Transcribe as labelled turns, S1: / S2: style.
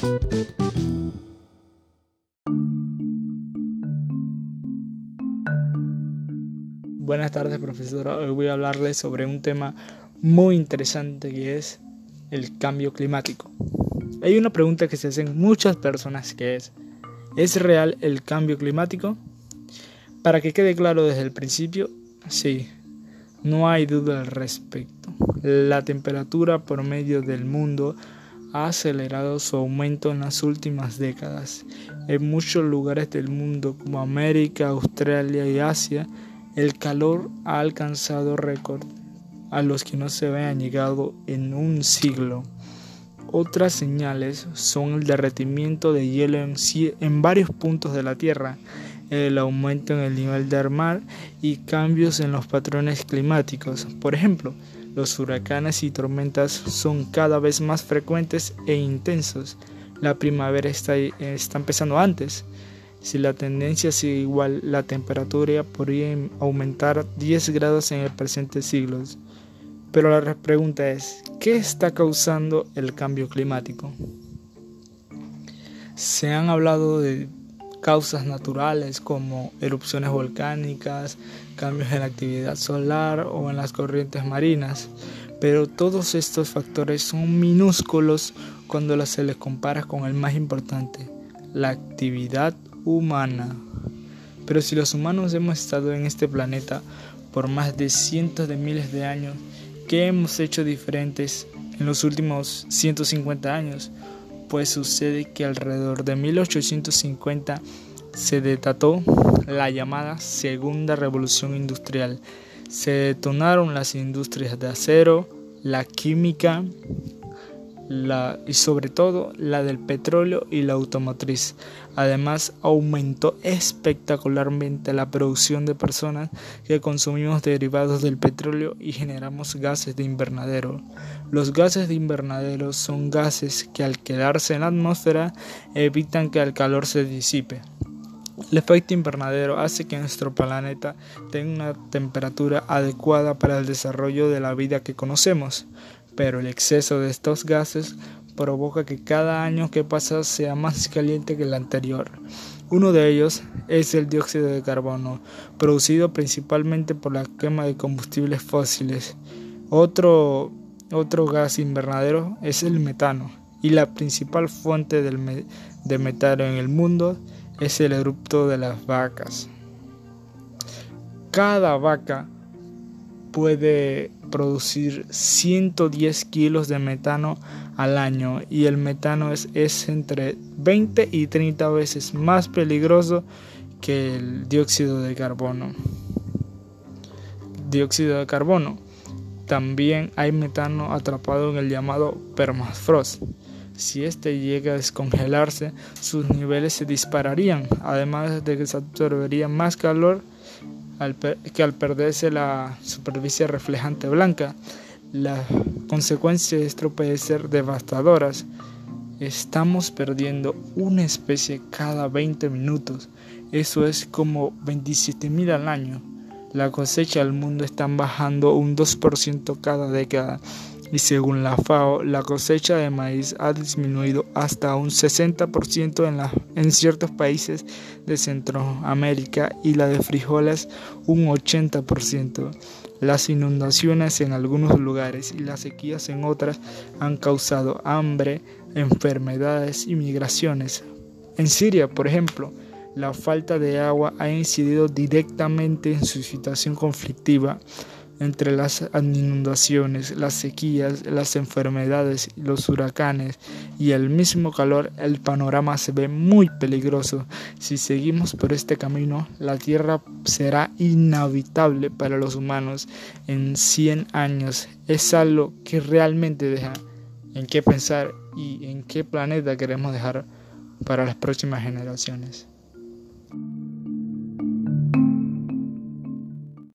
S1: Buenas tardes, profesora. Hoy voy a hablarles sobre un tema muy interesante que es el cambio climático. Hay una pregunta que se hacen muchas personas que ¿es real el cambio climático? Para que quede claro desde el principio, sí, no hay duda al respecto. La temperatura promedio del mundo ha acelerado su aumento en las últimas décadas. En muchos lugares del mundo como América, Australia y Asia, el calor ha alcanzado récord a los que no se habían llegado en un siglo. Otras señales son el derretimiento de hielo en varios puntos de la Tierra, el aumento en el nivel del mar y cambios en los patrones climáticos. Por ejemplo, los huracanes y tormentas son cada vez más frecuentes e intensos. La primavera está empezando antes. Si la tendencia sigue igual, la temperatura podría aumentar 10 grados en el presente siglo. Pero la pregunta es, ¿qué está causando el cambio climático? Se han hablado de causas naturales como erupciones volcánicas, cambios en la actividad solar o en las corrientes marinas, pero todos estos factores son minúsculos cuando se les compara con el más importante, la actividad humana. Pero si los humanos hemos estado en este planeta por más de cientos de miles de años, ¿qué hemos hecho diferentes en los últimos 150 años? Pues sucede que alrededor de 1850 se desató la llamada Segunda Revolución Industrial. Se detonaron las industrias de acero, la química, y sobre todo la del petróleo y la automotriz. Además, aumentó espectacularmente la producción de personas que consumimos derivados del petróleo y generamos gases de invernadero. Los gases de invernadero son gases que al quedarse en la atmósfera evitan que el calor se disipe. El efecto invernadero hace que nuestro planeta tenga una temperatura adecuada para el desarrollo de la vida que conocemos, pero el exceso de estos gases provoca que cada año que pasa sea más caliente que el anterior. Uno de ellos es el dióxido de carbono, producido principalmente por la quema de combustibles fósiles. Otro gas invernadero es el metano, y la principal fuente de metano en el mundo es el erupto de las vacas. Cada vaca puede producir 110 kilos de metano al año, y el metano es entre 20 y 30 veces más peligroso que el dióxido de carbono. También hay metano atrapado en el llamado permafrost. Si este llega a descongelarse, sus niveles se dispararían, además de que se absorbería más calor que al perderse la superficie reflejante blanca. Las consecuencias de esto pueden ser devastadoras. Estamos perdiendo una especie cada 20 minutos. Eso es como 27.000 al año. La cosecha del mundo está bajando un 2% cada década. Y según la FAO, la cosecha de maíz ha disminuido hasta un 60% en ciertos países de Centroamérica, y la de frijoles un 80%. Las inundaciones en algunos lugares y las sequías en otras han causado hambre, enfermedades y migraciones. En Siria, por ejemplo, la falta de agua ha incidido directamente en su situación conflictiva. Entre las inundaciones, las sequías, las enfermedades, los huracanes y el mismo calor, el panorama se ve muy peligroso. Si seguimos por este camino, la Tierra será inhabitable para los humanos en 100 años. Es algo que realmente deja en qué pensar y en qué planeta queremos dejar para las próximas generaciones.